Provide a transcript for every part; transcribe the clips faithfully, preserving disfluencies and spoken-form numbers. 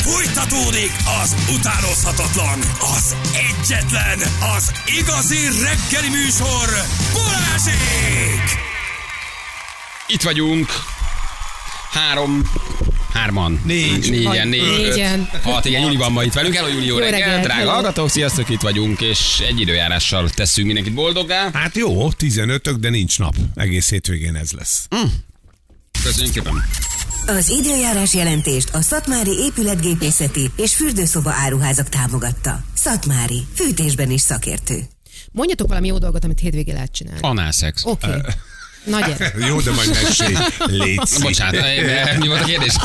Fújtatódik az utánozhatatlan, az egyetlen, az igazi reggeli műsor, Balázsék! Itt vagyunk. Három, hárman. Négy. Négyen, négy, Négyen. öt, hat, igen, Juli van ma itt velünk. Hello, Juli, jó, Jó reggel, reggelt, drága hello. hallgatók, sziasztok, itt vagyunk, és egy időjárással tesszünk mindenkit boldoggá. Hát jó, tizenötök, de nincs nap. Egész hétvégén ez lesz. Köszönjük szépen. Az időjárás jelentést a Szatmári épületgépészeti és fürdőszoba áruházak támogatta. Szatmári, fűtésben is szakértő. Mondjatok valami jó dolgot, amit hétvégén lehet csinálni. Análszex. Oké. Okay. Na gyere. Jó, de majd mesélj. Légy szíves. Bocsánat, eh, mi volt a kérdés?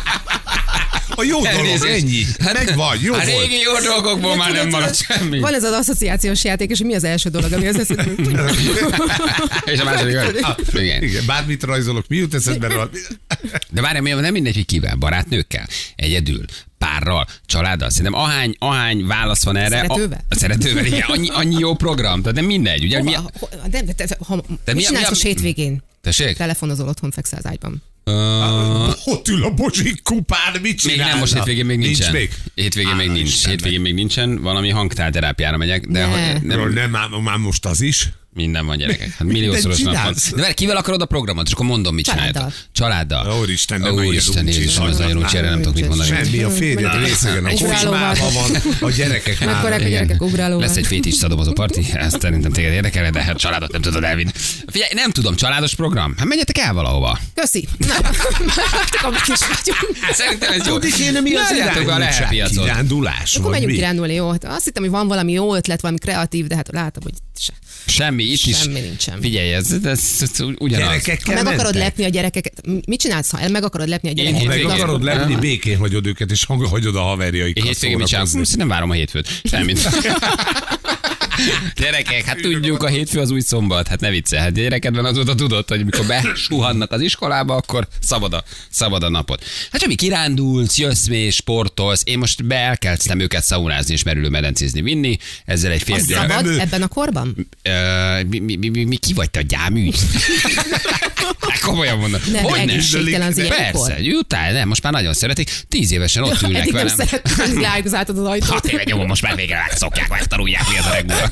A jó dolog, Elnézést. ennyi. Meg vagy, jó A volt. régi jó dolgokból már nem maradt semmi. Van ez az asszociációs játék, és mi az első dolog, ami az eszedbe jut? És a második, hogy- igen. Igen, bármit rajzolok, mi jut eszedbe róla? De várjál, mi- nem mindegy, hogy kivel, barátnőkkel, egyedül, párral, családdal. Szerintem ahány, ahány válasz van erre. Szeretővel? A, a szeretővel, igen. Annyi, annyi jó program. Tehát nem mindegy. Ugye, mi, Hova, ho, de, de, de, ha, De mi mi a- csinálsz mi a- a hétvégén? tessék? Telefonozol, otthon fekszel az ágyban. Uh, Ott ül a Bozsik kupán, mit még csinálna? nem, most hétvégén még nincsen. Nincs még? Hétvégén még Á, nincs. Istennek. Hétvégén még nincsen. Valami hangtálterápiára megyek, de Ne. hogy Nem, nem, nem már, már most az is. minden van, gyerekek. Hát milliószoros nap van. csinálsz? De várj, kivel akarod a programot? És akkor mondom, mit Családdal. csináljátok. Családdal. Úristen, nem ilyen Úristen, uncsi Jézusom, ez van. nagyon uncsi, erre nem tudok mit mondani. Semmi, a férjed Mondjuk- részegen a Egy kocsmában ugrálóval. van, a gyerekek Mekkorák a nála. gyerekek ugrálóval. Lesz egy fétis szadomazó parti, ezt szerintem téged érdekel, de hát családot nem tudod elvinni. Figyelj, nem tudom, családos program? Hát menjetek el valahova. Köszi. Na, akkor mit is vagyunk. Szerintem ez jó. Tudni kéne, mi az Járjátok a irányultság, lehelpiacot. kirándulás, Akkor vagy megyünk mi? kirándulni, jó? Hát azt hittem, hogy van valami jó ötlet, valami kreatív, de hát látom, hogy se. Semmi, itt is. Semmi nincsen. Figyelj, ez, ez, ez, ez ugyanaz. Ha Gyerekekkel meg akarod mentek? lepni a gyerekeket, mit csinálsz, ha el meg akarod lepni a Én Ha gyerekeket? meg hétvégén- akarod lenni, Aha. békén hagyod őket, és hagyod a Én haverjaikkal hétvégén mit csinálok? szórakozni. Szerintem várom a hétfőt. Semmit. Gyerekek, hát tudjuk, a hétfő az új szombat. Hát ne viccelj, hát gyerekedben azóta tudod, hogy mikor besuhannak az iskolába, akkor szabad a, szabad a napot. Hát semmi, kirándulsz, jössz mész, sportolsz. Én most be elkezdtem őket szaunázni és merülőmedencézni vinni. Ezzel egy fél Az gyerek. szabad ő- ebben a korban? Ö, mi, mi, mi, mi, mi, ki vagy te, a gyámügy? Hát komolyan mondom. Nem, Hogy ne? egészségtelen az ilyenkor. Persze, jutál, nem, most már nagyon szeretik. Tíz évesen ott ülnek Eddig nem velem. szerettem, ráigazáltad az ajtót. Hat éve nyomom, most már végre megszokják, megtanulják, mi az a regula.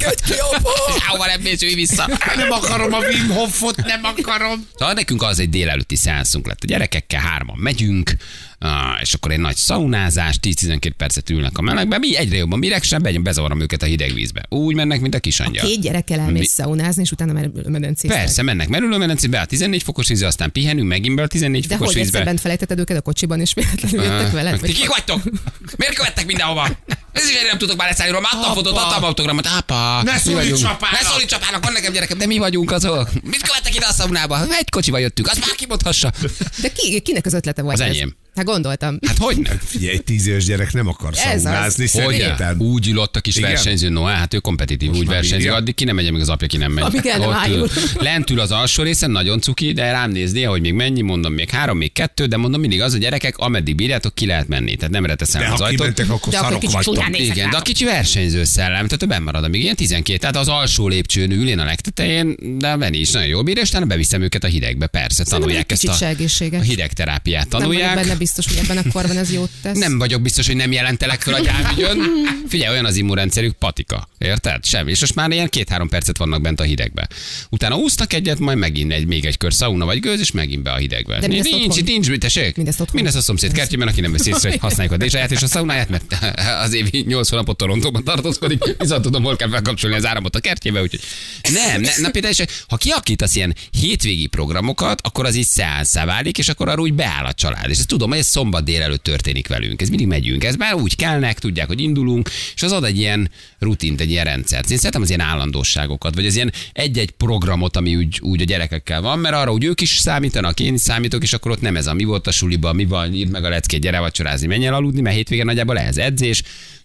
Hova nem mész, ülj vissza. Nem akarom a Wim Hofot, nem akarom. Szóval nekünk az egy délelőtti szeánszunk lett. A gyerekekkel hárman megyünk, ah, és akkor egy nagy szaunázás, tíz-tizenkét percet ülnek a melegben. Mi egyre jobban, mire sem begyünk, bezavarom őket a hideg vízbe. Úgy mennek, mint a kisangyal. Két gyerekkel Mi- elmész szaunázni, és utána már medencésztek. Persze, mennek merülőmedencébe, a tizennégy fokos vízbe, aztán pihenünk, megint be a tizennégy De fokos hogy egyszer vízbe. bent felejtetted őket a kocsiban, és véletlenül jöttek veled? Ti kik vagytok? Miért követtek mindenhova? Ez is egyre nem tudok már leszállni róla. Adtam fotót, adtam autogramot. Apa, Ne mi szólíts vagyunk. apának! Ne szólíts apának, van nekem gyerekem, de mi vagyunk azok. Mit követtek ide a szaunába? Egy kocsival jöttünk, azt már kimondhassa. De ki, kinek az ötlete volt Az ez? enyém. Hát gondoltam. Hát hogy nem? Figyelj, egy tíz éves gyerek nem akar Ez az. szaunázni, Hogy szerintem. úgy ülott a kis Igen? versenyző, no, hát ő kompetitív, úgy már versenyzik, írja. addig ki nem megy, amíg az apja ki nem megy. Amíg el nem Ott ájul. ül. Lent ül az alsó részen, nagyon cuki, de rám nézni, hogy még mennyi, mondom, még három, még kettő, de mondom mindig az, a gyerekek, ameddig bírjátok, ki lehet menni. Tehát nem reteszem De az ha ajtót. kimentek, akkor De akkor szarok kicsit csúnyán vagytok. nézek Igen, de a rátok. kicsi versenyző szellem, tehát ő benn marad, amíg ilyen tizenkét, tehát az alsó lépcsőn ül, én a legtetején, de a Veni is nagyon jól bírja, és utána beviszem őket a hidegbe, persze, tanulják egy ezt a, kicsit se egészséges. a hidegterápiát, Nem vagyok tanulják. benne biztos, hogy ebben a korban ez jót tesz. Nem vagyok biztos, hogy nem jelentelek fel a gyámügyön. Figyelj, olyan az immunrendszerük, patika. Érted? Semmi. És most már ilyen két-három percet vannak bent a hidegbe. Utána úsznak egyet, majd megint egy, még egy kör szauna vagy gőz, és megint be a hidegbe. De mindezt nincs, otthon? nincs, nincs, tessék? Mindezt otthon? Mindezt a szomszéd kertjében, aki nem veszi észre, hogy használjuk a dézsaját és a szaunáját, mert az évi nyolc hónapot Torontóban tartózkodik, viszont tudom, hol kell felkapcsolni az áramot a kertjébe, úgyhogy nem, ne, na például, és ha kialakítasz ilyen hétvégi programokat, akkor az így szeánszá válik, és akkor arra úgy beáll a család. És ezt tudom, hogy ez szombat délelőtt történik velünk. Ez mindig megyünk. Ez már úgy kelnek, tudják, hogy indulunk, és az ad egy ilyen rutint, egy ilyen rendszert. Én szeretem az ilyen állandóságokat, vagy az ilyen egy-egy programot, ami úgy, úgy a gyerekekkel van, mert arra úgy ők is számítanak, én is számítok, és akkor ott nem ez a mi volt a suliban, mi van, írd meg a leckét, gyere vacsorázni, menj el aludni, mert hétvégén nagyjából ehhez edzés,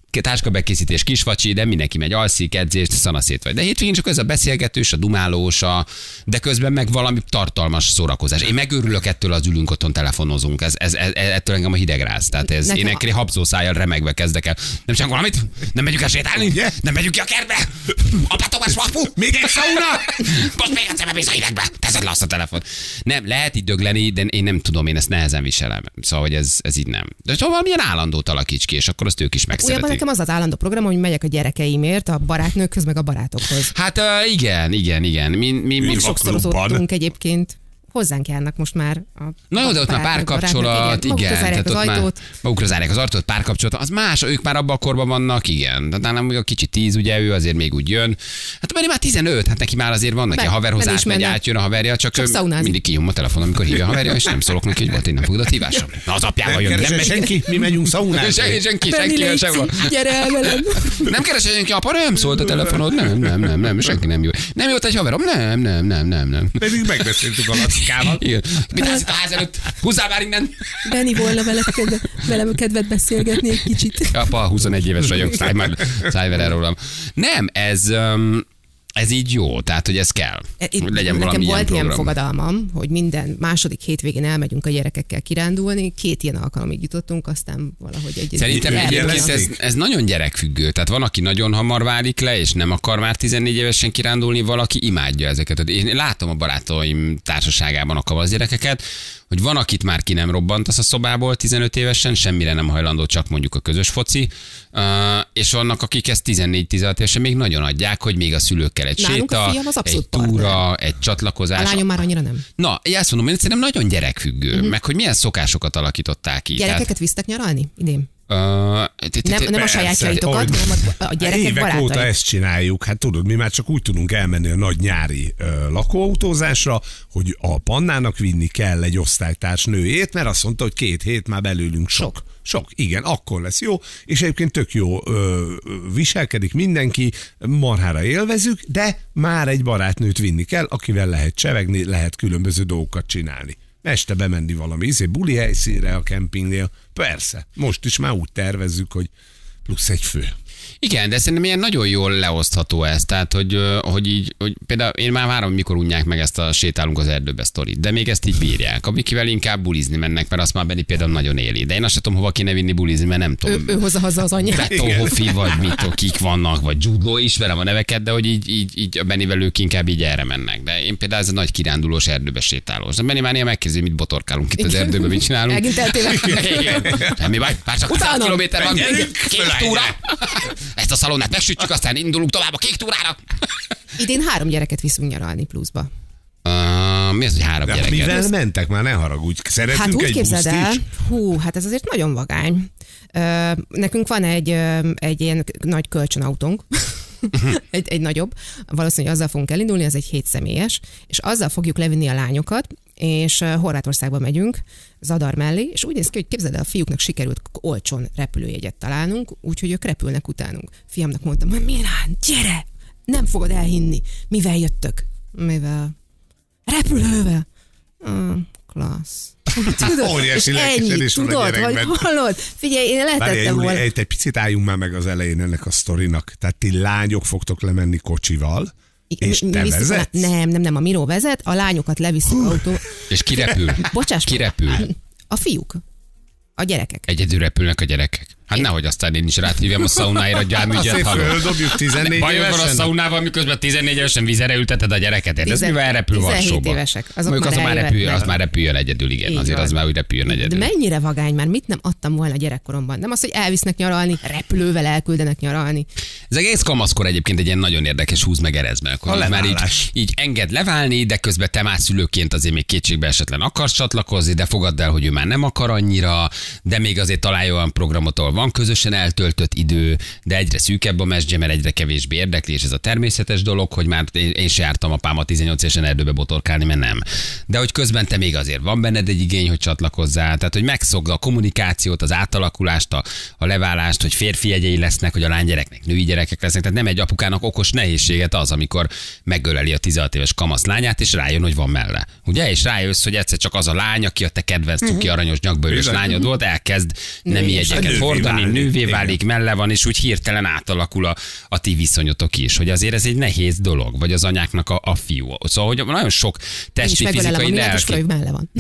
táskabekészítés, kisfacsi, de mindenki megy, alszik, edzést, szanaszét vagy. De hétvégén csak ez a beszélgetős, a dumálós, a, de közben meg valami tartalmas szórakozás. Én megőrülök ettől, az ülünk otthon, telefonozunk. Ez, ez, ez, ettől engem a hideg ráz. Tehát ez, én ekkor habzószájjal remegve kezdek el. Nem csak valamit? Nem megyünk el sétálni? Nem megyünk ki a kertbe? Apátokás vapu? Még egy sauna? Most még egyszer bemész a hidegbe. Teszed le azt a telefon. Nem, lehet így dögleni, de én nem tudom, én ezt nehezen viselem. Szóval, hogy ez, ez így nem. De szóval valamilyen állandót alakíts ki, és akkor azt ők is megszeretik. Nekem az az állandó program, hogy megyek a gyerekeimért, a barátnőkhöz, meg a barátokhoz. Hát uh, igen, igen, igen. Mi, mi, mi sokszorozottunk egyébként. Hozzánk járnak most már. A Na jó, de ott már párkapcsolat, igen. igen. Tehát ott az már ajtót. magukra zárják az ajtót, párkapcsolat, az más, ők már abban a korban vannak, igen. De nálam a kicsi tíz, ugye ő azért még úgy jön. Hát Benni már tizenöt, hát neki már azért vannak, a haverhoz átmegy, átjön a haverja, csak, csak mindig kijön a telefon, amikor hívja a haverja, és nem szólok neki, hogy volt, én nem fogod a hívásra. Na, az apjával jön, nem megy senki, mi megyünk szaunázni. Senki, senki, senki, sehol. Gyere el velem. Nem keresel senki, apa, nem szólt a telefonod, nem, nem, nem, nem, senki nem jó. Nem jó, egy haverom, nem, nem, nem, nem, nem. Pedig megbeszéltük a Lacikával. Mit állsz itt a ház előtt? Húzzál már innen! Benni volna veled kedve, velem kedvet beszélgetni egy kicsit. Apa, huszonegy éves vagyok, szállj már, szállj vele rólam. Nem, ez... Um, ez így jó, tehát, hogy ez kell. Itt, hogy legyen nekem valami volt ilyen, ilyen fogadalmam, hogy minden második hétvégén elmegyünk a gyerekekkel kirándulni, két ilyen alkalomig jutottunk, aztán valahogy egy... Szerintem egyébként ez, ez nagyon gyerekfüggő, tehát van, aki nagyon hamar válik le, és nem akar már tizennégy évesen kirándulni, valaki imádja ezeket. Én látom a barátaim társaságában a kavasz gyerekeket, hogy van, akit már ki nem robbantasz a szobából tizenöt évesen, semmire nem hajlandó, csak mondjuk a közös foci, uh, és vannak, akik ezt tizennégy-tizenhat évesen még nagyon adják, hogy még a szülőkkel egy nálunk séta, egy túra, partner. Egy csatlakozás. A lányom már annyira nem. Na, én azt mondom, én szerintem nagyon gyerekfüggő, uh-huh. meg hogy milyen szokásokat alakították ki. Gyerekeket tehát... visztek nyaralni idén? Uh, nem, nem a sajátjaitokat, hanem a gyerekek évek barátai. óta ezt csináljuk. Hát tudod, mi már csak úgy tudunk elmenni a nagy nyári ö, lakóautózásra, hogy a Pannának vinni kell egy osztálytárs nőjét, mert azt mondta, hogy két hét már belőlünk sok. Sok, sok igen, akkor lesz jó, és egyébként tök jó ö, viselkedik mindenki, marhára élvezük, de már egy barátnőt vinni kell, akivel lehet csevegni, lehet különböző dolgokat csinálni. Este bemenni valami izé, buli helyszínre a kempingnél. Persze, most is már úgy tervezzük, hogy plusz egy fő. Igen, de szerintem ilyen nagyon jól leosztható ez, tehát hogy, hogy így, hogy például én már várom, mikor unják meg ezt a sétálunk az erdőbe sztorit, de még ezt így bírják. Amikivel inkább bulizni mennek, mert azt már Benni például nagyon éli. De én azt sem tudom, hova kéne vinni bulizni, mert nem tudom. Ő, ő hozza haza az anyját. Betonhofi, vagy mit, kik vannak, vagy Judo, ismerem a neveket, de hogy így, így, így a Bennivel ők inkább így erre mennek. De én például ez a nagy kirándulós erdőbe sétálós. De Benni már néha megkérdezi, mit botorkálunk itt az erdőbe, mit csinálunk. Megint eltévedtem. Semmi baj, már csak száz kilométer van. Kék túra. Ezt a szalonnát megsütjük, aztán indulunk tovább a kék túrára. Idén három gyereket viszünk nyaralni pluszba. Uh, mi az, hogy három de gyereket? mivel mentek? Már ne haragudj. Szeretünk hát úgy egy képzeld buszt el, is? hú, hát ez azért nagyon vagány. Uh, nekünk van egy, uh, egy ilyen nagy kölcsönautónk, egy, egy nagyobb, valószínűleg azzal fogunk elindulni, ez egy hétszemélyes, és azzal fogjuk levinni a lányokat, és uh, Horvátországba megyünk, Zadar mellé, és úgy néz ki, hogy képzeld el, a fiúknak sikerült olcsón repülőjegyet találnunk, úgyhogy ők repülnek utánunk. Fiamnak mondtam, hogy Milán, gyere! Nem fogod elhinni. Mivel jöttök? Mivel? Repülővel. Ah, klassz. Tudod, óriási ennyi, tudod, vagy hallod? Figyelj, én lehetettem volna. Egy, egy picit álljunk már meg az elején ennek a sztorinak. Tehát ti lányok fogtok lemenni kocsival, és mi, te mi vezetsz? Nem, nem, nem, a Miró vezet, a lányokat leviszik autó. És ki repül? Bocsáss, ki repül? A fiúk. A gyerekek. Egyedül repülnek a gyerekek. Hát én... nehogy aztán én is ráthívjam a szaunáira a gyámügyet. Földobjuk tizennégy bajod évesen. Van a szaunával, miközben tizennégy évesen vízre ülteted a gyereket. Ez mivel repül Varsóba? Évesek. Azok Mondjuk már az már, repül, az már repüljön egyedül, igen. Így azért van. az már úgy repüljön egyedül. De mennyire vagány már, mit nem adtam volna gyerekkoromban? Nem az, hogy elvisznek nyaralni, repülővel elküldenek nyaralni. Ez egész kamaszkor egyébként egy ilyen nagyon érdekes húz meg erez meg. A már így, így enged leválni, de közben te már szülőként azért még kétségbe esetlen akarsz csatlakozni, de fogadd el, hogy ő már nem akar annyira, de még azért találj olyan programot, ahol van közösen eltöltött idő, de egyre szűkebb a mesdje, mert egyre kevésbé érdekli, és ez a természetes dolog, hogy már én, én se jártam apámat tizennyolc évesen erdőbe botorkálni, mert nem. De hogy közben te még azért van benned egy igény, hogy csatlakozzál, tehát hogy megszokd a kommunikációt, az átalakulást, a, a leválást, hogy férfi jegyei lesznek, hogy a lánygyereknek női gyerek gyerekek lesznek. Tehát nem egy apukának okos nehézséget az, amikor megöleli a tizenhat éves kamasz lányát, és rájön, hogy van melle. Ugye? És rájössz, hogy egyszer csak az a lány, aki a te kedvenc cuki aranyos nyakbőrös lányod volt, elkezd nemi jegyeket hordani, nővé válik, melle van, és úgy hirtelen átalakul a, a ti viszonyotok is. Hogy azért ez egy nehéz dolog, vagy az anyáknak a, a fiú. Szóval, hogy nagyon sok testi, fizikai, lelki... melle van.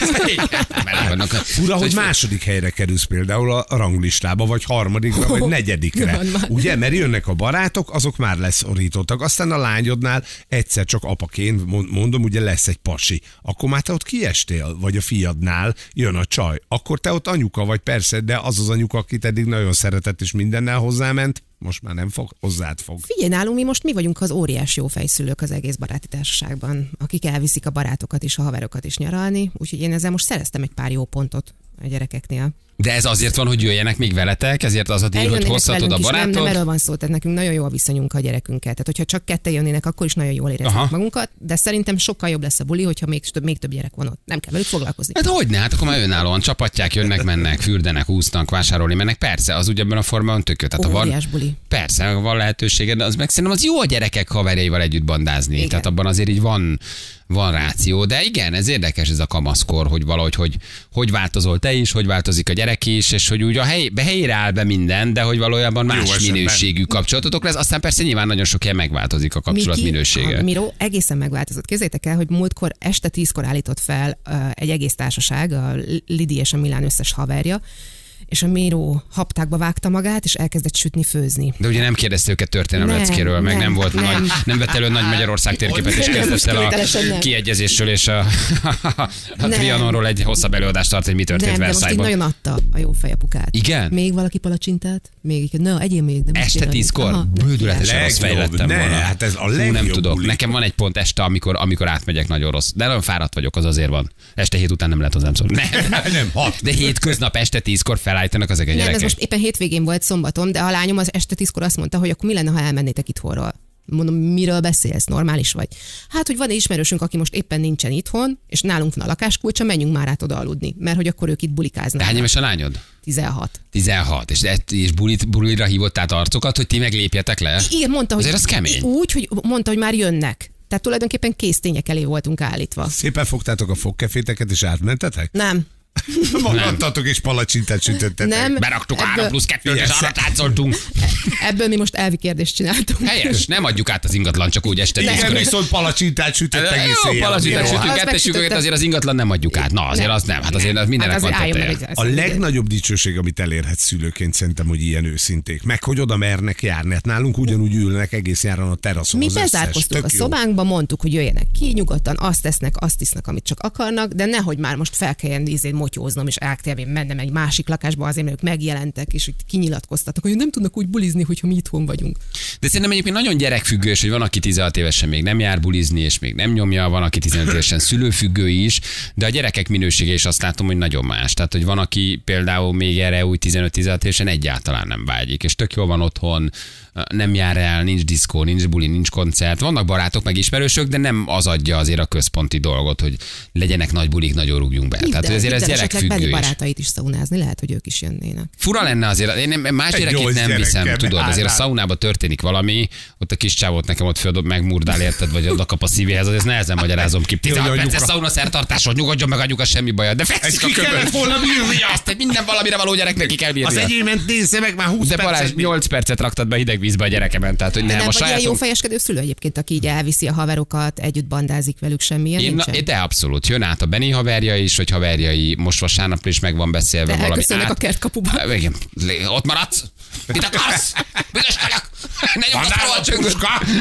Fura, hogy második helyre kerülsz például a ranglistába, vagy harmadikra, vagy negyedikre. Ugye, mert jönnek a barátok, azok már leszorítottak. Aztán a lányodnál egyszer csak apaként, mondom, ugye lesz egy pasi. Akkor már te ott kiestél, vagy a fiadnál jön a csaj. Akkor te ott anyuka vagy, persze, de az az anyuka, akit eddig nagyon szeretett és mindennel hozzáment, most már nem fog, hozzád fog. Figyelj, nálunk mi most mi vagyunk az óriás jó fejszülők az egész baráti társaságban, akik elviszik a barátokat és a haverokat is nyaralni, úgyhogy én ezzel most szereztem egy pár jó pontot a gyerekeknél. De ez azért van, hogy jöjjenek még veletek, ezért az a díj, hogy hozhatod a barátod. Nem, nem erről van szó, tehát nekünk nagyon jó a viszonyunk a gyerekünkkel. Tehát, hogyha csak ketten jönnének, akkor is nagyon jól érezzük Aha. magunkat, de szerintem sokkal jobb lesz a buli, hogyha még több, még több gyerek van ott. Nem kell velük foglalkozni. Hát hogyne, hát akkor már önállóan csapatják, jönnek, mennek, fürdenek, úsznak, vásárolni mennek. Persze, az ugye ebben a formában tök jó. Tehát óriás van, buli. Persze, van lehetőséged, de az meg szerintem az jó a gyerekek haverjaival együtt bandázni. Igen. Tehát abban azért így van van ráció, de igen, ez érdekes ez a kamaszkor, hogy valahogy, hogy, hogy változol te is, hogy változik a gyerek is, és hogy úgy a hely, be helyére áll be minden, de hogy valójában más jó minőségű kapcsolatotok lesz, aztán persze nyilván nagyon sok helyen megváltozik a kapcsolat Miki, minősége. A Miró egészen megváltozott. Képzeljétek el, hogy múltkor este tízkor állított fel uh, egy egész társaság, a Lidi és a Milán összes haverja, és a Míró haptákba vágta magát, és elkezdett sütni, főzni. De ugye nem kérdezte őket történelemleckéről, meg nem, nem volt nem. Nagy, nem vett elő Nagy Magyarország térképet, és kezdett el a kiegyezésről, és a, a, a Trianonról egy hosszabb előadást tart, hogy mi történt Versailles-ban. Nem, de most így nagyon adta a jó fejapukát. Igen? Még valaki palacsintát? Még, na, egyél még. Nem este tízkor? Bődületesen rossz fej lettem volna. Hát ez a legjobb. Nem tudok. Buli. Nekem van egy pont este, amikor, amikor átmegyek, nagyon rossz. De nagyon fáradt vagyok, az azért van. Este hét után nem lehet hozzám szólni. Nem, nem, hat. De hétköznap este tízkor felállítanak ezek a gyerekek. Ez most éppen hétvégén volt szombaton, de a lányom az este tízkor azt mondta, hogy akkor mi lenne, ha elmennétek itthonról. Mondom, miről beszélsz? Normális vagy? Hát, hogy van egy ismerősünk, aki most éppen nincsen itthon, és nálunk van a lakáskulcsa, menjünk már át oda aludni, mert hogy akkor ők itt bulikáznak. De hány éves a lányod? tizenhat. tizenhat. És, és bulit, bulira hívott át arcokat, hogy ti meglépjetek le? Igen, mondta, hogy azért az kemény. Úgy, hogy mondta, hogy már jönnek. Tehát tulajdonképpen kész tények elé voltunk állítva. Szépen fogtátok a fogkeféteket és átmentetek? Nem. Magadtatok és palacsintát sütöttetek. Nem. Beraktuk ebből... három plusz kettőt, és arra táncoltunk. Ebből mi most elvi kérdést csináltunk. Helyes, nem adjuk át az ingatlan, csak úgy este. Igen, viszont palacsintát sütöttek. Jó, palacsintát sütünk, kettesüket, azért az ingatlan nem adjuk át. Na, azért az nem, hát azért az mindenek van teteje. A legnagyobb dicsőség, amit elérhet szülőként, szerintem, hogy ilyen őszinték. Meg hogy oda mernek járni. Hát nálunk ugyanúgy ülnek egész nyáron a teraszon. Mi bezárkoztunk a szobánkba, mondtuk, hogy jöjjenek ki, nyugodtan azt tesznek, azt isznak, amit csak akarnak, de nehogy már most fel kelljen nézni, motyóznom, és elkélvén mennem egy másik lakásba, azért mert ők megjelentek, és kinyilatkoztattak, hogy nem tudnak úgy bulizni, hogyha mi itthon vagyunk. De szerintem egyébként nagyon gyerekfüggős, hogy van, aki tizenhat évesen még nem jár bulizni, és még nem nyomja, van, aki tizenöt évesen szülőfüggő is, de a gyerekek minősége is azt látom, hogy nagyon más. Tehát, hogy van, aki például még erre úgy tizenöt-tizenhat évesen egyáltalán nem vágyik, és tök jól van otthon, nem jár el, nincs diszkó, nincs buli, nincs koncert. Vannak barátok, meg ismerősök, de nem az adja azért a központi dolgot, hogy legyenek nagy bulik, nagyon rúgjunk be. Tehát, hogy azért ez gyerekfüggő is. Barátait is szaunázni, lehet, hogy ők is jönnének. Fura lenne azért, én más gyerekét nem viszem, tudod, azért a szaunában történik valami, ott a kis csávót nekem ott földob, megmurdál, érted, vagy oda kap a szívéhez, azért nehezen magyarázom ki. tizenhat perces szauna szertartáson, nyugodjon meg anyuka, semmi baja, de fekszik a köbben. Ezt minden valamire való gyereknek ki kell bírni. Az enyémet nézze meg már húsz de Balázs, nyolc percet raktad be hideg vízbe a gyerekemen, tehát hogy nem, nem a sajátom... ilyen jó fejeskedő szülő egyébként, aki így elviszi a haverokat, együtt bandázik velük, semmilyen én, na, de abszolút. Jön át a Benni haverja is, vagy haverjai, most vasárnap is meg van beszélve de valami át. A kertkapuban. Igen, ott maradsz? Mit akarsz? Büdöskölök! Ne nyomd a a csöngöt!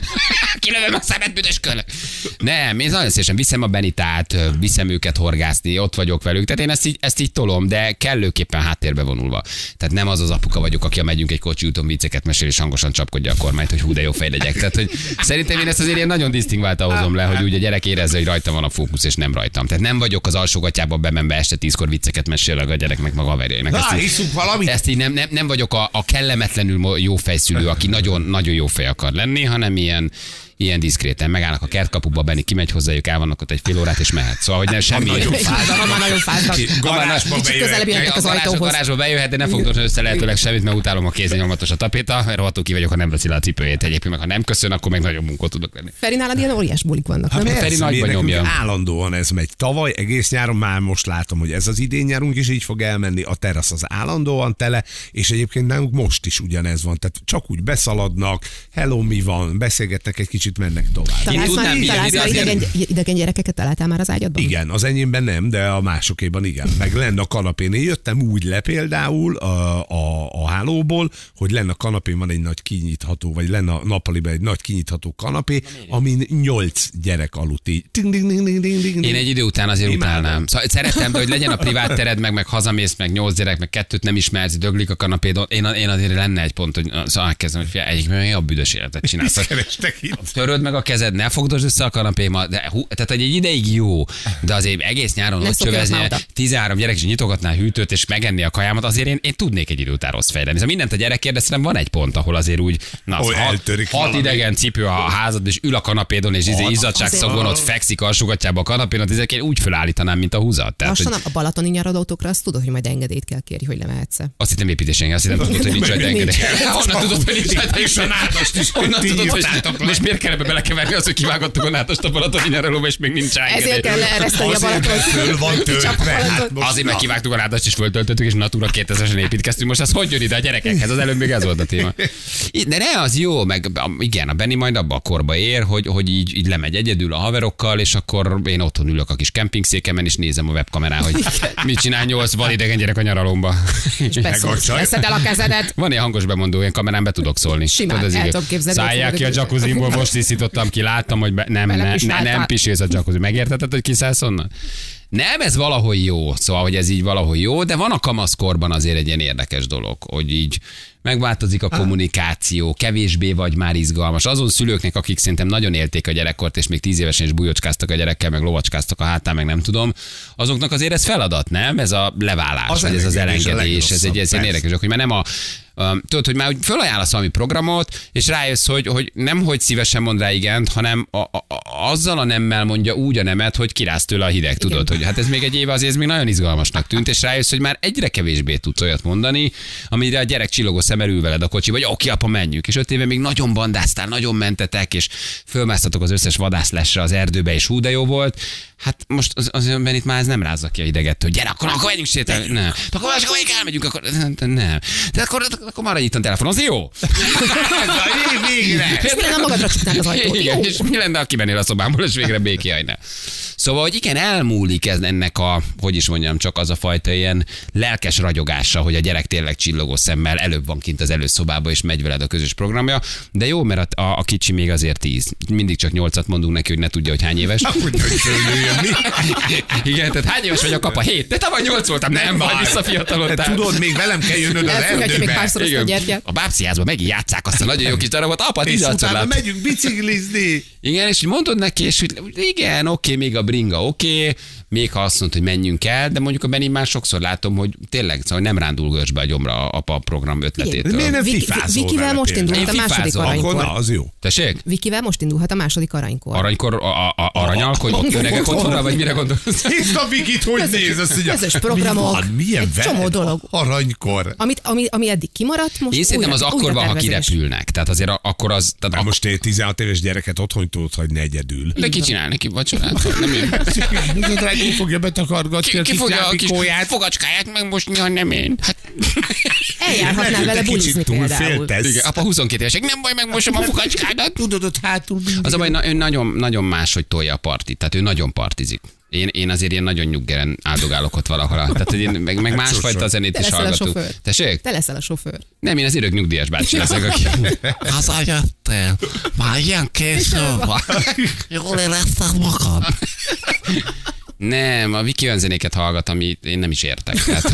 Kilövöm a szemet, büdöskölök! Nem, én nagyon szívesen viszem a Benitát, viszem őket horgászni, ott vagyok velük. Tehát én ezt így, ezt így tolom, de kellőképpen háttérbe vonulva. Tehát nem az az apuka vagyok, aki megyünk egy kocsi úton vicceket mesél, és hangosan csapkodja a kormányt, hogy hú, de jó fej legyek. Tehát, hogy szerintem én ezt azért ilyen nagyon disztingváltan hozom le, hogy úgy a gyerek érezze, hogy rajtam van a fókusz, és nem rajtam. Tehát nem vagyok az alsógatjába bemenve este tízkor vicceket mesélek a gyereknek, meg a haverjainak. Ezt, így, valamit. ezt így nem, nem, nem vagyok a, a kellemetlenül jó fejszülő, aki nagyon, nagyon jó fej akar lenni, hanem ilyen ilyen diszkréten megállnak a kertkapuba, Benni kimegy hozzájuk, el vannak ott egy fél órát, és mehet. Szóval, hogy nem semmi. Nagyon Ha már nagyon fáznak. Garázsba Kicsit közelebb jönnek az A garázsba, ajtóhoz. garázsba bejöhet, de ne fogdosson össze lehetőleg semmit, mert utálom a kézen nyomatos a tapéta, mert rohadtul ki vagyok, ha nem veszi le a cipőjét egyébként, meg ha nem köszön, akkor meg nagyon munkot tudok lenni. Feri, nálad ilyen óriás bulik vannak, Hát nem? Feri persze, nagyban mi nekünk nyomja. állandóan ez megy. Tavaly egész nyáron már most látom, hogy ez az idén nyárunk is így fog elmenni, a terasz az állandóan tele, és egyébként nálunk most is ugyanez van. Tehát csak úgy beszaladnak, hello, mi van, beszélgetnek egy kicsit, mennek tovább. Találsz tudnám, már, milyen találsz már ide azért- idegen, idegen gyerekeket, találtál már az ágyadban? Igen, az enyémben nem, de a másokéban igen. Meg lenne a kanapén. Én jöttem úgy le például a, a, a hálóból, hogy lenne a kanapén van egy nagy kinyitható, vagy lenne a nappaliban egy nagy kinyitható kanapé, amin nyolc gyerek aludt így. Ding, ding, ding, ding, ding, ding. Én egy idő után azért Imádom. utálnám. Szóval szeretem, de hogy legyen a privát tered, meg, meg hazamész, meg nyolc gyerek, meg kettőt nem ismersz, döglik a kanapédon. Én, én azért lenne egy pont, hogy szóval elkezdem, hogy figyelj, egyik még a büdös életet csinálsz. Kerestek itt. Töröd meg a kezed, ne fogdosd össze a kanapémat, de hú, tehát egy ideig jó, de azért egész nyáron Ne ott szokjanak csövezni, már oda. tizenhárom gyerek is nyitogatná a hűtőt és megenni a kajámat, azért én, én tudnék egy idő után rossz fejleni. Szóval mindent a gyerek kérdez, van egy pont, ahol azért úgy, na, az Ahol hat, eltörik hat valami. idegen cipő a házad, és ül a kanapédon, és izé izzadság azért- szagon ott fekszik alsógatjába a kanapén, ezek én úgy fölállítanám, mint a húzat. Tehát, Lassan hogy a balatoni nyaralótokra azt tudod, hogy majd engedélyt kell kérni, hogy lemehetsz. azt hittem építésén, azt hittem tudod, hogy nincs rajta engedély. Nincs. Honnan tudod, hogy nincs rajta És a nádast is Honnan ti tudod, hogy írtátok le. most miért kell ebbe belekeverni az, hogy kivágottuk a nádast a balatoni nyaralóba, és még nincs rá engedély. Ezért kell leereszteni a Azért, Balaton. mert föl van töltve. Hát most Azért, mert na. kivágtuk a nádast és föltöltöttük, és Natura kétezresen építkeztünk. Most az hogy jön ide a gyerekekhez? Az előbb még ez volt a téma. De ne, az jó, meg a- igen, a Benni majd abba a korba ér, hogy, hogy így, így lemegy egyedül a haverokkal, és akkor én otthon ülök a kis kempingszékemen, és nézem a webkamerán, hogy mit csinál nyolc vadidegen gyerek a nyaralomba. Persze, veszed el a kezedet. Van ilyen hangos bemondó, ilyen kamerán be tudok szólni. Simán, Tudod, az el így, tudom képzelni, Szállják hogy ki a fogod- jacuzzimból, most tisztítottam ki, láttam, hogy be, nem, ne, ne, Belepisáltál. nem pisélsz a jacuzzi. Megértetted, hogy kiszállsz onnan? Nem, ez valahol jó, szóval, hogy ez így valahol jó, de van a kamaszkorban azért egy ilyen érdekes dolog, hogy így megváltozik a kommunikáció, kevésbé vagy már izgalmas. Azon szülőknek, akik szerintem nagyon élték a gyerekkort, és még tíz évesen is bujocskáztak a gyerekkel, meg lovacskáztak a hátán, meg nem tudom, azoknak azért ez feladat, nem? Ez a leválás, Az vagy ez az elengedés a elengedés, ez egy, ez egy legrosszabb, érdekes dolog, hogy már nem a Um, tudod, hogy már úgy fölajánlasz valami programot, és rájössz, hogy, hogy nem hogy szívesen mond rá igent, hanem a, a, a, azzal a nemmel mondja úgy a nemet, hogy kirász tőle a hideg, tudod, hogy hát ez még egy éve azért ez még nagyon izgalmasnak tűnt, és rájössz, hogy már egyre kevésbé tudsz olyat mondani, amire a gyerek csillogó szemmel ül veled a kocsi, vagy oké, apa, menjünk. És öt éve még nagyon bandáztál, nagyon mentetek, és fölmásztatok az összes vadászlesre az erdőbe, és hú, de jó volt. Hát most az, az önben itt már ez nem rázza ki a hideget, hogy gyere, akkor, akkor menjünk sétálni. Nem. De akkor más, akkor még elmegyünk, akkor nem. De akkor, akkor maradj itt a telefon, az jó. Végre. És mi lenne, magadra csuknád az ajtót? Igen, Jó. és mi lenne, ha kimennél a szobámból, és végre békélne. Szóval, hogy igen, elmúlik ez ennek a, hogy is mondjam, csak az a fajta ilyen lelkes ragyogása, hogy a gyerek tényleg csillogó szemmel előbb van kint az előszobába, és megy veled a közös programja. De jó, mert a, a, a kicsi még azért tíz. Mindig csak nyolcat mondunk neki, hogy ne tudja, hogy hány éves. Hogy hogy fölnőjön, mi? Igen, tehát hány éves vagy a kapa? Hét. De tavaly nyolc voltam, nem, vagy Várj. visszafiatalodtál. Tudod, még velem kell jönnöd az Elfogadja még erdőbe. párszor azt a Igen. gyertyát. A bábszínházban megint játsszák azt a nagyon jó kis darabot, apa, És tizenhatszor utána lát. megyünk biciklizni. Igen, és mondod neki, és hogy igen, oké, még a bringa, oké, még ha azt mondta, hogy menjünk el, de mondjuk a Benni már sokszor látom, hogy tényleg, szóval nem rándul görcsbe a gyomra a apa program ötletétől. Miért nem Viki- fifázol Vikivel vele most például? indult a Én második fifázom. Akkor aranykor. na, az jó. Tessék? Vikivel most indulhat a második aranykor. Aranykor, a, a, a aranyalkony, ott jöregek otthonra, vagy mire gondolsz? Nézd a Vikit, hogy Közös- néz, azt mondja, közös programok, mi van, milyen egy csomó veled? dolog. Aranykor. Amit, ami, ami eddig kimaradt, most Én szerintem az újra, akkor van, ha újratervezés. kirepülnek. Tehát azért a- akkor az... Tehát Na ak- most egy tizenhat éves gyereket otthon tudod hagyni egyedül. de ki csinál neki vacsorát? Nem én. Ki fogja betakargatni Ki, a ki kis fogja a kis csápikóját? fogacskáját megmosni, ha nem én? Hát, Eljárhatnál Lehet, vele hogy te bulizni kicsit túl például. féltesz. igen, apa huszonkettő évesek, nem baj, megmosom a fogacskádat. Tudod, ott hátul Az a baj, na- ő nagyon, nagyon máshogy tolja a partit, tehát ő nagyon partizik. Én, én azért ilyen nagyon nyuggeren áldogálok ott valahol. Tehát, hogy én meg, meg másfajta zenét Te is leszel a hallgatunk. sofőr. Tessék? Te leszel a sofőr. Nem, én az örök nyugdíjas bácsi leszek, aki... Hazajöttél, már ilyen késő van. Jól érezted magad? Nem, a Viki olyan zenéket hallgat, amit én nem is értek. Tehát...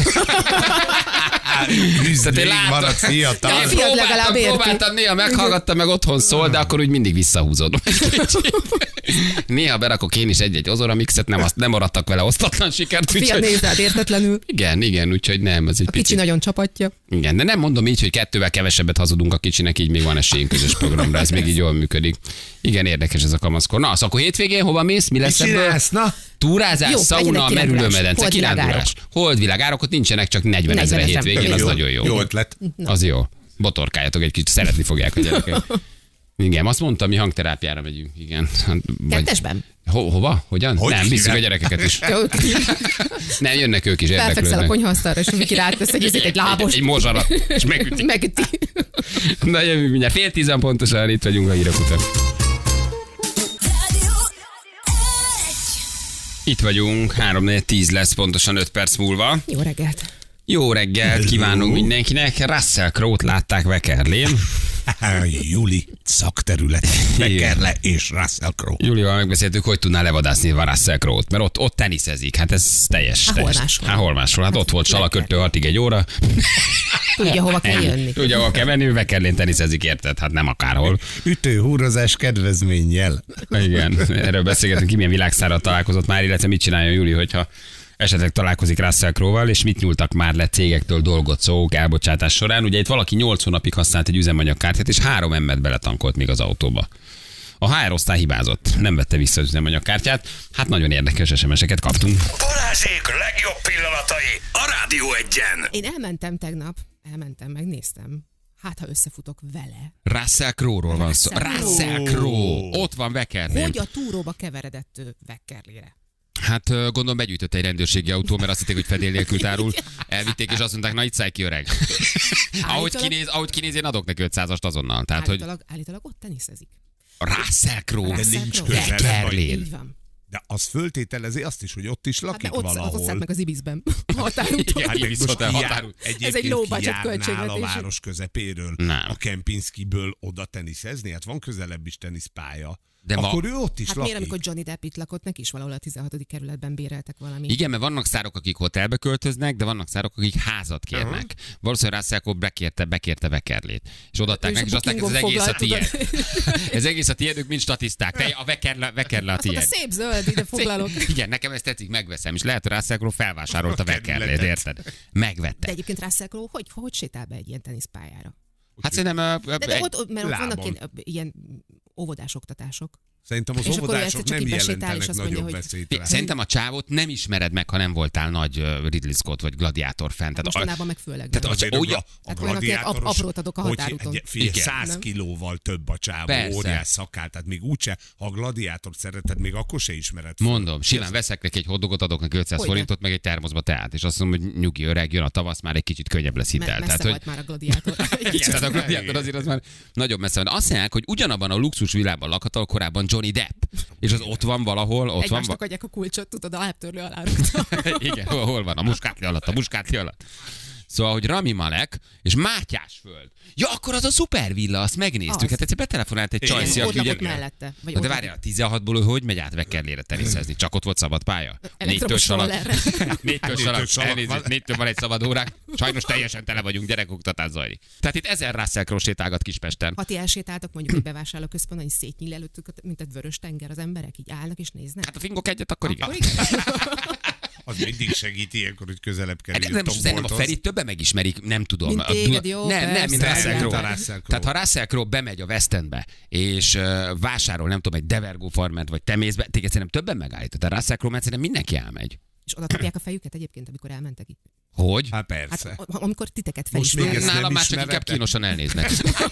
Küzd, én még látom- maradsz fiatal. Én Fiat legalább próbáltam, érti. próbáltam, néha meghallgattam, meg otthon szól, de akkor úgy mindig visszahúzódom. Néha berakok én is egy-egy ozora mixet, nem, azt, nem maradtak vele osztatlan sikert. Fia úgyhogy- néz rád értetlenül. Igen, igen, úgyhogy nem, az egy A kicsi picit. nagyon csapatja. Igen, de nem mondom így, hogy kettővel kevesebbet hazudunk a kicsinek, így még van esélyünk közös programra, ez még így jól működik. Igen, érdekes ez a kamaszkor. Na, az akkor hétvégén hova mész? Mi lesz Mit ebből? csinálsz? Na? Túrázás, Jó, szauna, legyen egy merülőmedence, kirándulás. kirándulás. Holdvilágárok, ott nincsenek csak negyven ezer negyven ezer. hétvégén, az Jó, nagyon jó. Jó ötlet. Az jó. Botorkáljatok egy kicsit, szeretni fogják a gyerekek. Igen, azt mondtam, mi hangterápiára megyünk. Igen. Vagy- Kettesben? Ho- hova? Hogyan? Hogy nem, visszük hívják? a gyerekeket is. Jó, Nem, jönnek ők is, felfekszel a érdeklődnek. konyhaasztalra, és Viki rátesz egy, egy, egy lábos. Egy, egy mozsara, és megütik. Megüti. Na jövünk mindjárt, fél tízen pontosan, itt vagyunk a hírek után. Itt vagyunk, három négy tíz lesz pontosan öt perc múlva. Jó reggelt. Jó reggelt kívánunk mindenkinek. Russell Crowe-t látták Vekerlén. Juli szakterület. Bekerle és Russell Crowe. Júlival megbeszéltük, hogy tudná levadászni a Russell Crowe-t, mert ott, ott teniszezik. Hát ez teljes. Há, teljes. hol máshol? Há, hol máshol. Hát ott volt Salaköttő hatig egy óra. Tudja, hova kell jönni. Tudja, hova kell menni, ő Vekerlén teniszezik, érted? Hát nem akárhol. Ütőhúrozás kedvezménnyel. Igen, erről beszélgetünk, ki milyen világszárral találkozott már, illetve mit csináljon Júli, hogyha esetleg találkozik Russell Crowe-val, és mit nyúltak már le cégektől dolgot szó elbocsátás során. Ugye itt valaki nyolc hónapig használt egy üzemanyagkártyát, és három emmet beletankolt még az autóba. A há er osztály hibázott, nem vette vissza az üzemanyagkártyát. Hát nagyon érdekes es em es-eket kaptunk. Balázsék legjobb pillanatai a Rádió Egyen. Én elmentem tegnap, elmentem, megnéztem. Hát, ha összefutok vele. Russell Crowe-ról van szó. Russell Russell Crowe. Ott van Vekerlén. Hogy a túróba keveredett ő Vekkerlére? Hát ö, gondolom begyűjtött egy rendőrségi autó, mert azt hitték, hogy fedél nélkül tárul. Elvitték, és azt mondták, na itt szállj ki, öreg. ahogy, Állítólag- kinéz, ahogy kinéz, én adok neki ötszázast azonnal. Tehát, hogy Állítólag, állítólag ott teniszezik. Russell Crowe. Russell nincs Crowe. köze. Vekerlén. Így van. De az föltételezi azt is, hogy ott is Hát lakik de ott, ott valahol. szállt meg az Ibizben. Határúton. Igen, Hát meg Ibis Hotel most határút. kijár- Ez egy egyébként low budget kijárnál költségvetésű. a város közepéről, Nem. a Kempinskiből oda teniszezni, hát van közelebb is teniszpálya. De ma- Akkor ő ott is Hát lakik. miért, amikor Johnny Depp itt lakott, neki is valahol a tizenhatodik kerületben béreltek valami. Igen, mert vannak szárok, akik hotelbe költöznek, de vannak szárok, akik házat kérnek. Uh-huh. Valószínűleg Russell Crowe bekérte, bekérte Vekerlét. És odaadták Ő meg, is és a azt mondták, ez az egész a Bookingon tiéd. Ez egész a tiéd, ők mind statiszták. Te, a Vekerle, Vekerle a Hát oda tiéd. szép zöld, ide foglalok. Igen, nekem ezt tetszik, megveszem. És lehet, hogy Russell Crowe felvásárolta A Vekerlét, kerületet. érted? Megvette. De egyébként Russell Crowe, hogy, hogy sétál be egy ilyen teniszpályára? Hát szerintem... ö, ö, De, de egy- ott, ott, mert ott vannak lábon. ilyen, ilyen óvodás oktatások. Szerintem az És akkor óvodások egyszer csak nem így besétál, és jelentenek azt mondja, nagyobb hogy- veszélyt Fi- rá. Szerintem a csávót nem ismered meg, ha nem voltál nagy ö, Ridley Scott vagy gladiátor fan. Tehát, Mostanában meg főleg tehát nem. a- Azért olyan- a, a Tehát olyanok, akinek ap- gladiátoros, aprót adok a hogy határúton. egy- figyelj, Igen. száz Nem? kilóval több a csávó, Persze. óriás szakál, tehát még úgyse, ha a gladiátort szereted, még akkor se ismered fel. Mondom, simán veszek neki egy hotdogot, adok neki ötszáz Hogyne. forintot, meg egy termoszba teát, és azt mondom, hogy nyugi öreg, jön a tavasz, már egy kicsit könnyebb lesz hitel. Me- messze Tehát, hogy volt már a gladiátor. igen, tehát a gladiátor azért az már nagyobb messze van. Azt mondják, hogy ugyanabban a luxus világban lakhat, ahol korábban Johnny Depp. És az ott van valahol, ott van. Egymásnak adják a kulcsot, tudod, a lábtörlő alá rúgta. Igen, hol, hol van? A muskátli alatt, a muskátli alatt. Szóval, hogy Rami Malek és Mátyás föld. Ja, akkor az a szuper villa, azt megnéztük. Az. Hát egyszer betelefonált egy Igen. csajszi, Ott aki ugye... lakott mellette. Vagy Na de ott várjál, a tizenhatból ő hogy megy át Vekerlére teniszezni? Csak ott volt szabad pálya? Négytől Elektromos salag. rollerre. Négytől Négytől salag. salag van. Elnézést, négytől van egy szabad óránk. Sajnos teljesen tele vagyunk, gyerekoktatás zajlik. Tehát itt ezer Russell Crowe sétálgat Kispesten. Ha ti elsétáltok mondjuk egy bevásárlóközpontban, hogy szétnyíl előttük, mint egy vörös tenger, az emberek így állnak és néznek. Hát a fingok egyet, akkor igen. Akkor igen. Az mindig segít ilyenkor, hogy közelebb De kerüljön nem, most szerintem a Tombolthoz. Ferit többen megismerik, nem tudom. Mint A téged, Duna- jó, Nem, nem, mint persze. Russell Nem, Crowe. mint a Russell Crowe. Tehát ha Russell Crowe bemegy a West Endbe, és uh, vásárol, nem tudom, egy Devergo farmert, vagy temészbe, téged szerintem többen megállított. A Russell Crowe, mert szerintem mindenki elmegy. És oda kapják a fejüket egyébként, amikor elmentek itt. Hogy? Hát Hát persze. a- amikor titeket Most még felismernek. ezt Nálam nem már csak ismered, inkább te? kínosan elnéznek.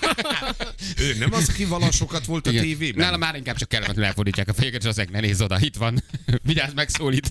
Ő nem az, aki vala sokat volt a Igen. tévében? Nálam már inkább csak kellemetlenül elfordítják a fejüket, és azt ne nézz oda, itt van. Vigyázz, megszólít.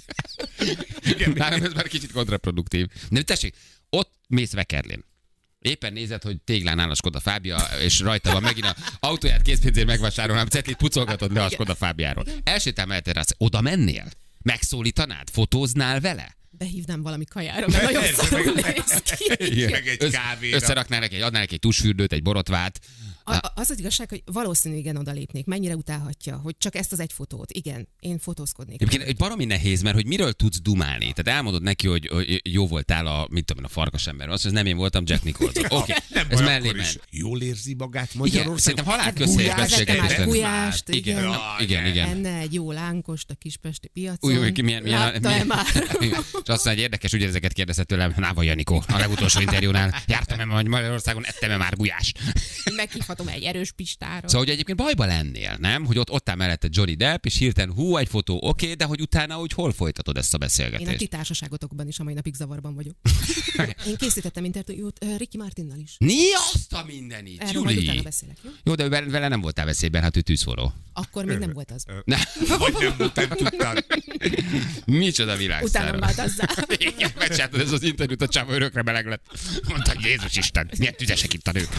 Nálam ez már kicsit kontraproduktív. De tessék, ott mész Vekerlén. Éppen nézed, hogy téglán áll a Skoda Fábia, és rajta van megint a autóját készpénzért megvásárolnám, cetlit pucolgatod le a Skoda Fábiáról. Elsétál mellette, rá, oda mennél? Megszólítanád? Fotóznál vele? Behívnám valami kajára, mert nagyon szarul néz ki. Meg egy Össz- kávéra. Összeraknál neki, adnál neki egy tusfürdőt, egy borotvát, A, az az igazság, hogy valószínű igen odalépnék. Mennyire utálhatja, hogy csak ezt az egy fotót. Igen, én fotózkodnék. Egyébként egy baromi nehéz, mert hogy miről tudsz dumálni. Tehát elmondod neki, hogy, hogy jó voltál a, mit tudom, a farkasember. Azt, hogy nem én voltam, Jack Nicholson. Oké, okay. Ez mellé ment. Jól érzi magát Igen, Magyarországon? szerintem halálközhelyes beszélgetésben. Gulyást, Igen, igen. na, igen, igen. Enne egy jó lánkost a kispesti piacon. Úgy, hogy milyen, milyen, Látta-e milyen, már? És azt mondja, hogy érdekes, ugye ezeket kérdezett tőlem Náva Janikó a legutolsó interjúnál. Jártam-e Magyarországon, ettem-e már gulyást. Meghívhatom egy erős pistára. Szóval, hogy egyébként bajba lennél, nem? Hogy ott, ott áll mellette Johnny Depp, és hirtelen hú, egy fotó, oké, okay, de hogy utána úgy hol folytatod ezt a beszélgetést? Én a ti társaságotokban is a mai napig zavarban vagyok. Én készítettem interjút uh, Ricky Martinnal is. Mi azt a mindenit, Erről majd Juli? utána beszélek, jó? Jó, de vele, vele nem voltál veszélyben, hát ő tűzforró. Akkor még nem volt az. Ne. Vagy nem voltál, tudtál. Micsoda világszár. Utána változzál. Igen, megcsináltad ez az interjút, a csávó örökre meleg lett. Mondta, Jézus Isten, milyen tüzesek itt a nők.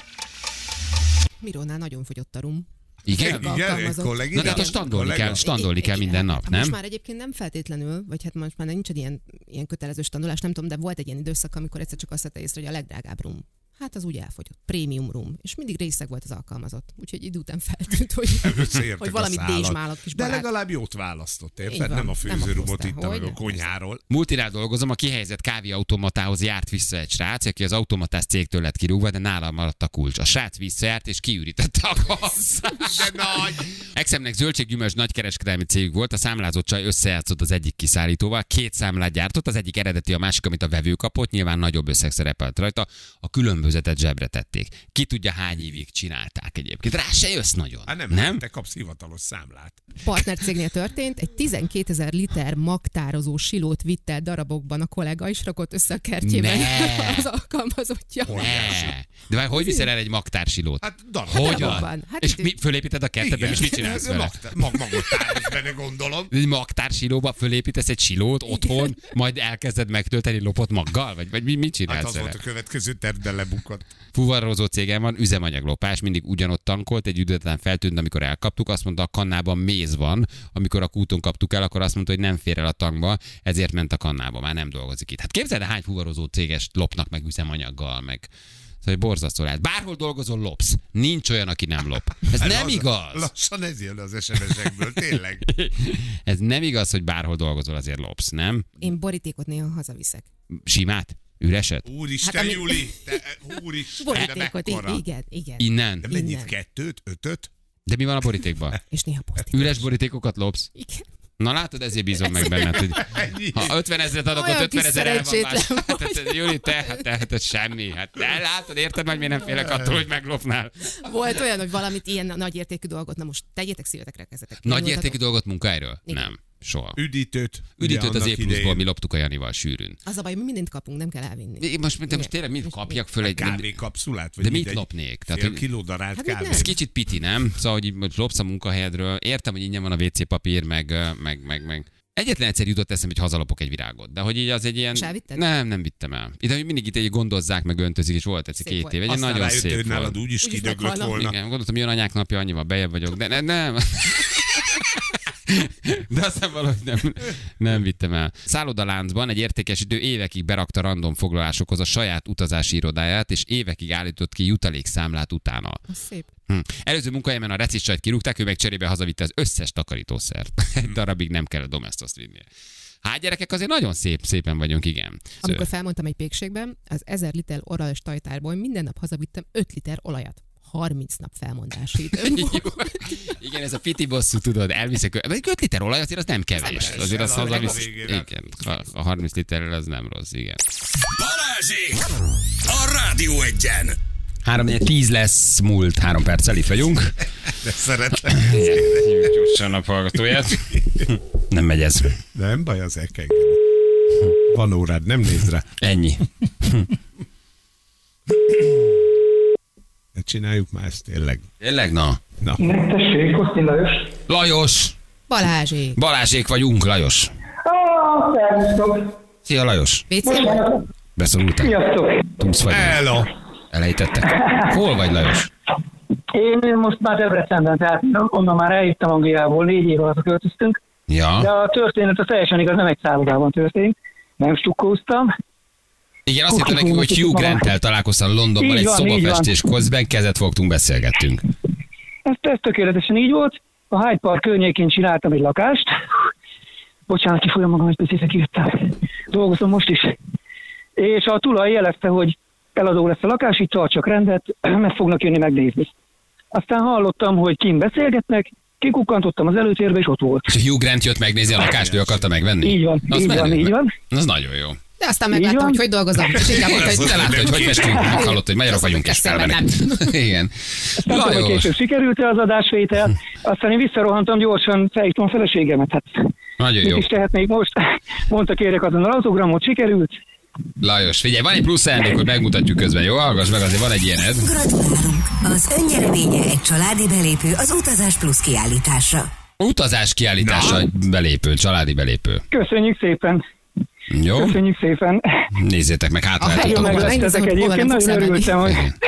Mirónál nagyon fogyott a rum. Igen? Igen, Alkalmazott. kollégi. Na de hát standolni kollega. kell, standolni kell Igen, minden hát nap, Most nem? már egyébként nem feltétlenül, vagy hát most már nincs egy ilyen, ilyen kötelező standolás, nem tudom, de volt egy ilyen időszak, amikor egyszer csak azt vette észre, hogy a legdrágább rum. Hát az úgy elfogyott. Prémium rum. És mindig részeg volt az alkalmazott. Úgyhogy idő után feltűnt, hogy, Összeértek hogy a valami szálak. dézsmálott kis De barát. legalább jót választott, Így érted? van. Nem a Nem a főzőrumot pusztán, itta meg hogy a konyháról. Multinál dolgozom, a kihelyezett kávéautomatához járt vissza egy srác, aki az automatás cégtől lett kirúgva, de nála maradt a kulcs. A srác visszajárt és kiürítette a kasszát. De nagy! Exemnek zöldséggyümölcs nagykereskedelmi cégük volt, a számlázott csaj összejátszott az egyik kiszállítóval, két számlát gyártott, az egyik eredeti, a másik, amit a vevő kapott, nyilván nagyobb összeg szerepelt rajta, a különbözetet zsebre tették. Ki tudja, hány évig csinálták egyébként. Rá se jössz nagyon. Hát nem, nem? te kapsz hivatalos számlát. Partnercégnél történt, egy tizenkétezer liter magtározó silót vitt el darabokban a kollega, és rakott össze a kertjében Ne. az alkalmazottja. Ne. De már hogy viszel el egy magtársilót? Hát darab. Hogyan? darabokban. Hát És itt- mi, fölépíted a kertedben, és mit csinálsz vele? Mag, mag, magot tárolsz benne, gondolom. Egy magtársilóba fölépítesz egy silót otthon, majd elkezded megtölteni lopott maggal? Vagy, vagy mi, mit Hát csinálsz az vele? volt a következő terv, de lebukott. Fuvarozó cégem van, üzemanyaglopás, mindig ugyanott tankolt, egy idő után feltűnt, amikor elkaptuk, azt mondta, a kannában méz van, amikor a kúton kaptuk el, akkor azt mondta, hogy nem fér el a tankba, ezért ment a kannába, már nem dolgozik itt. Hát képzeld, hány fuvarozó cégest lopnak meg üzemanyaggal, meg szóval borzasztó lehet. Bárhol dolgozol, lopsz. Nincs olyan, aki nem lop. Ez nem Lassan- igaz. Lassan ez jön az es em es-ekből, tényleg. Ez nem igaz, hogy bárhol dolgozol, azért lopsz, nem? Én borítékot néha hazaviszek. Simát? Üreset? Úristen, Hát ami- Júli! Te, úristen, de Borítékot, mekkora. igen, igen. Innen? De mennyit? Innen. Kettőt? Ötöt? De mi van a borítékban? És néha posztit. Üres borítékokat lopsz? Igen. Na látod, ezért bízom meg benned, hogy Ennyi. ha ötven ezeret adok, ott Olyan ötven kis ezer el van más. szerencsétlen Hát, hát, Júli, te, hát, te, hát ez semmi. Hát te látod, érted, hogy miért nem félek attól, hogy meglopnál? Volt olyan, hogy valamit ilyen nagyértékű dolgot, na most tegyétek szívetekre kezetek. Nagy értékű dolgot munkáiról? Igen. Nem. Soha. Üdítőt. Üdítőt ugye az annak E pluszból idején. mi loptuk a Janival sűrűn. Az a baj, mi mindent kapunk, nem kell elvinni. Én Most, most, most tényleg mit kapjak föl egy... Kávékapszulát? Vagy De mit egy lopnék? Tehát, Fél hogy- kiló darált Hát mit kávé. Ez kicsit piti, nem? Szóval, hogy így most lopsz a munkahelyedről. Értem, hogy ingyen van a vé cé papír, meg, meg, meg, meg. Egyetlen egyszer jutott eszembe, hogy hazalopok egy virágot. De hogy így az egy ilyen... És elvitted? Nem, nem vittem el. Ide mindig itt egy gondozzák, meg öntözik, és volt egyszer Szép két volt. év. Egy Aztán nagyon rájött, szép hogy nálad volt. úgyis Úgyis kidöglött meghalnak. volna. Igen, gondoltam, jön anyák napja, annyival bejebb vagyok, de ne, nem. De aztán valahogy nem, nem vittem el. Szállodaláncban egy értékesítő évekig berakta random foglalásokhoz a saját utazási irodáját, és évekig állított ki jutalékszámlát utána. Az szép. Hm. Előző munkahelyemen a reciscsajt kirúgták, ő meg cserébe hazavitte az összes takarítószert. Egy darabig nem kell a domestoszt vinnie. Hát gyerekek, azért nagyon szép, szépen vagyunk, igen. Amikor felmondtam egy pékségben, az ezer liter orralos tajtárból minden nap hazavittem öt liter olajat. harminc nap felmondási idő. Jó. Igen, ez a piti bosszú, tudod, elviszek. Vagy öt liter olaj, azért az nem kevés. Azért az az a hazavisz. végére. Igen, a- a harminc literrel az nem rossz, igen. Balázsék! A Rádió Egyen! három tíz lesz, múlt három perccel itt vagyunk. De szeretlek. Hívjuk gyorsan a naphallgatóját. Nem megy ez. Nem baj, az el kell engedni. Van órád, nem nézd rá. Ennyi. De csináljuk már ezt tényleg. Tényleg, na. Na, Tessék, Kosztin Lajos. Lajos! Balázsé. Balázsék vagyunk, Lajos. Ah, szervusztok. Szia, Lajos. Vécében? Beszorultál? Sziasztok. Tudsz vagy? hello! Elejtettek. Hol vagy, Lajos? Én most már Debrecenben, tehát onnan már eljöttem Angliából, négy év alatt költöztünk, de Ja. a történet az teljesen igaz, nem egy szállodában történt, nem stukkóztam. Igen, azt hittem nekünk, hogy Hugh Grant-tel találkoztam Londonban, Így egy van, így szobafestés közben, kezet fogtunk, beszélgettünk. Ez, ez tökéletesen így volt. A Hyde Park környékén csináltam egy lakást. Bocsánat, kifolyam magam, egy picit írták. Dolgozom most is. És a tulaj jelezte, hogy eladó lesz a lakás, itt tartsak rendet, meg fognak jönni megnézni. Aztán hallottam, hogy kint beszélgetnek, kikukkantottam az előtérbe, és ott volt. És Hugh Grant jött megnézni a lakást, ő akarta megvenni? Így van, Az így van, menő. így van. Az nagyon jó. De aztán Így megláttam, van. hogy hogy dolgozom, és inkább mondta, hogy Te láttad, hogy hogy festünk, meghallott, hogy magyarok vagyunk, és Eszembe felmenek. Igen. Nem tudom, hogy Lajos. később sikerült-e az adásvétel, aztán én visszarohantam gyorsan, felhívtam a feleségemet. Hát, Nagyon mit jó. is tehetnék most? Mondta, kérek azon autogramot, sikerült. Lajos, figyelj, van egy plusz elnék, hogy megmutatjuk közben, jó? Hallgass meg, azért van egy ilyened. Gratulálunk! Az önnyereménye egy családi belépő az Utazás Plusz kiállításra. Utazás kiállítása, belépő, családi belépő. Köszönjük szépen. Jó? Köszönjük szépen. Nézzétek meg, hát A lehet, Nagyon hogy helyben tudok megleptetek megnézem, hogy hova egyébként, nem fogsz nagyon elmenni. örültem, hogy...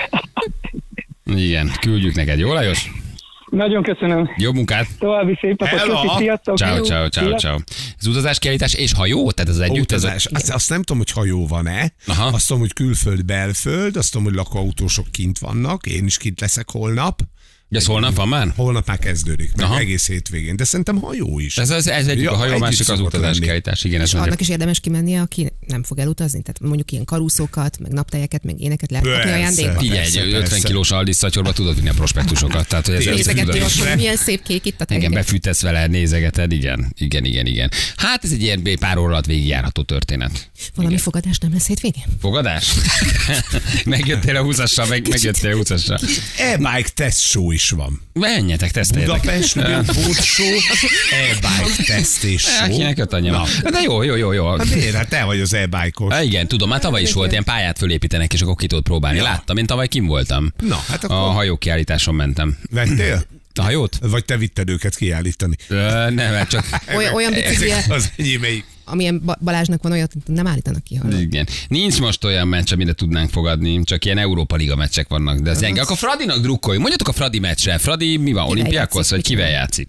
Igen. Igen, küldjük neked, jó Lajos? Nagyon köszönöm. Jó munkát! További szép napot, Hello. köszi, sziasztok! Ciao, Jó. ciao, ciao, Szia. ciao. Az utazás kiállítás és hajó? Tehát az együtt? Ez a... Utazás. Azt, azt nem tudom, hogy hajó van-e. Aha. Azt tudom, hogy külföld, belföld. Azt tudom, hogy lakóautósok kint vannak. Én is kint leszek holnap. De ez holnap van már? Holnap már kezdődik, meg Aha. egész hétvégén. De szerintem hajó is. Ez, az, ez egyik Ja, a hajó, együtt másik az szokott utazás lenni. kiállítás. Igen, ez És nagyon... annak is érdemes kimennie, aki nem fog elutazni, tehát mondjuk ilyen karúszókat, meg naptejeket, meg éneket lehet kapni Persze. ajándékba. Figyelj, Persze, egy ötven persze. kilós Aldis szatyorba tudod vinni a prospektusokat. Tehát, hogy ez Nézegetni ez ott, hogy milyen szép kék itt a igen, tenger. befűtesz vele, nézegeted, igen, igen, igen, igen. Hát ez egy ilyen pár óra alatt végigjárható történet. Valami fogadás nem lesz hétvégén? Fogadás? Megjöttél a húszassal, meg, megjöttél a húszassal. E-bike test show is van. Menjetek, teszteljetek. Budapest, ugye, boat show, e-bike test és show. Akinek jött anyja. De jó, jó, jó, jó. Hát miért? Hát te vagy az e-bike-os. Há, igen, tudom, már tavaly is volt, ilyen pályát fölépítenek, és akkor ki tudod próbálni. Láttam, én tavaly kim voltam. Na, hát A akkor hajókiállításon mentem. vettél? A hajót? Vagy te vitted őket kiállítani? Ö, nem, hát csak... Olyan, olyan bicikli, Az enyémeik. amilyen Ba- Balázsnak van, olyat nem állítanak ki. hallod? Igen. Nincs most olyan meccs, amire tudnánk fogadni, csak ilyen Európa Liga meccsek vannak, de ez gyenge. Akkor Fradinak drukkolj. Mondjatok a Fradi meccsre. Fradi mi van? Olimpiákhoz, játszik? vagy kivel játszik?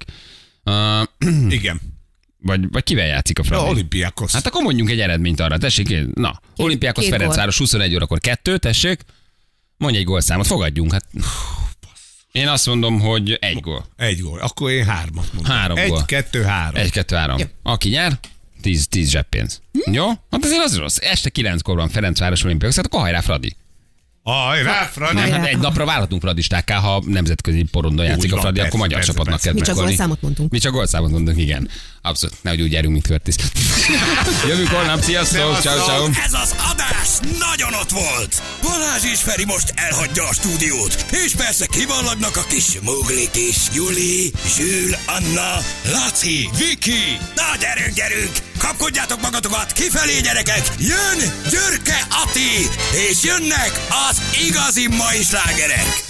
Uh, Igen. vagy, vagy kivel játszik a A Fradi? olimpiákhoz. Hát akkor mondjunk egy eredményt arra. Tessék, én- na, Olimpiákhoz két Ferencváros huszonegy órakor kettő, tessék. Mondj egy gólszámot, fogadjunk. Hát. Én azt mondom, hogy egy gól. Egy gól. Akkor én hármat mondom. Három egy, gól. kettő, három. Egy, kettő, három. Jó. Aki nyer, tíz, tíz zseppénz. Hm? Jó? Hát azért az rossz. Este kilenckor van Ferencváros olimpiákhoz, hát akkor hajrá Fradi. Hajrá, Fradi! Nem, Hajrá. hát egy napra válhatunk fradistákká, ha nemzetközi porondon játszik a van, Fradi, persze, akkor magyar persze, csapatnak persze. kell Mi csak drukkolni. gólszámot mondtunk. Mi csak gólszámot mondunk, igen. Abszolút. Nehogy úgy járjunk, mint Curtis. Jövünk holnap, sziasztok, ciao, ciao. Ez az adás nagyon ott volt. Balázs és Feri most elhagyja a stúdiót. És persze kivallagnak a kis Muglik is. Juli, Zsül, Anna, Laci, Viki. Na gyerünk, gyerünk! Kapkodjátok magatokat, kifelé gyerekek! Jön Györke Ati! És jönnek az igazi mai slágerek!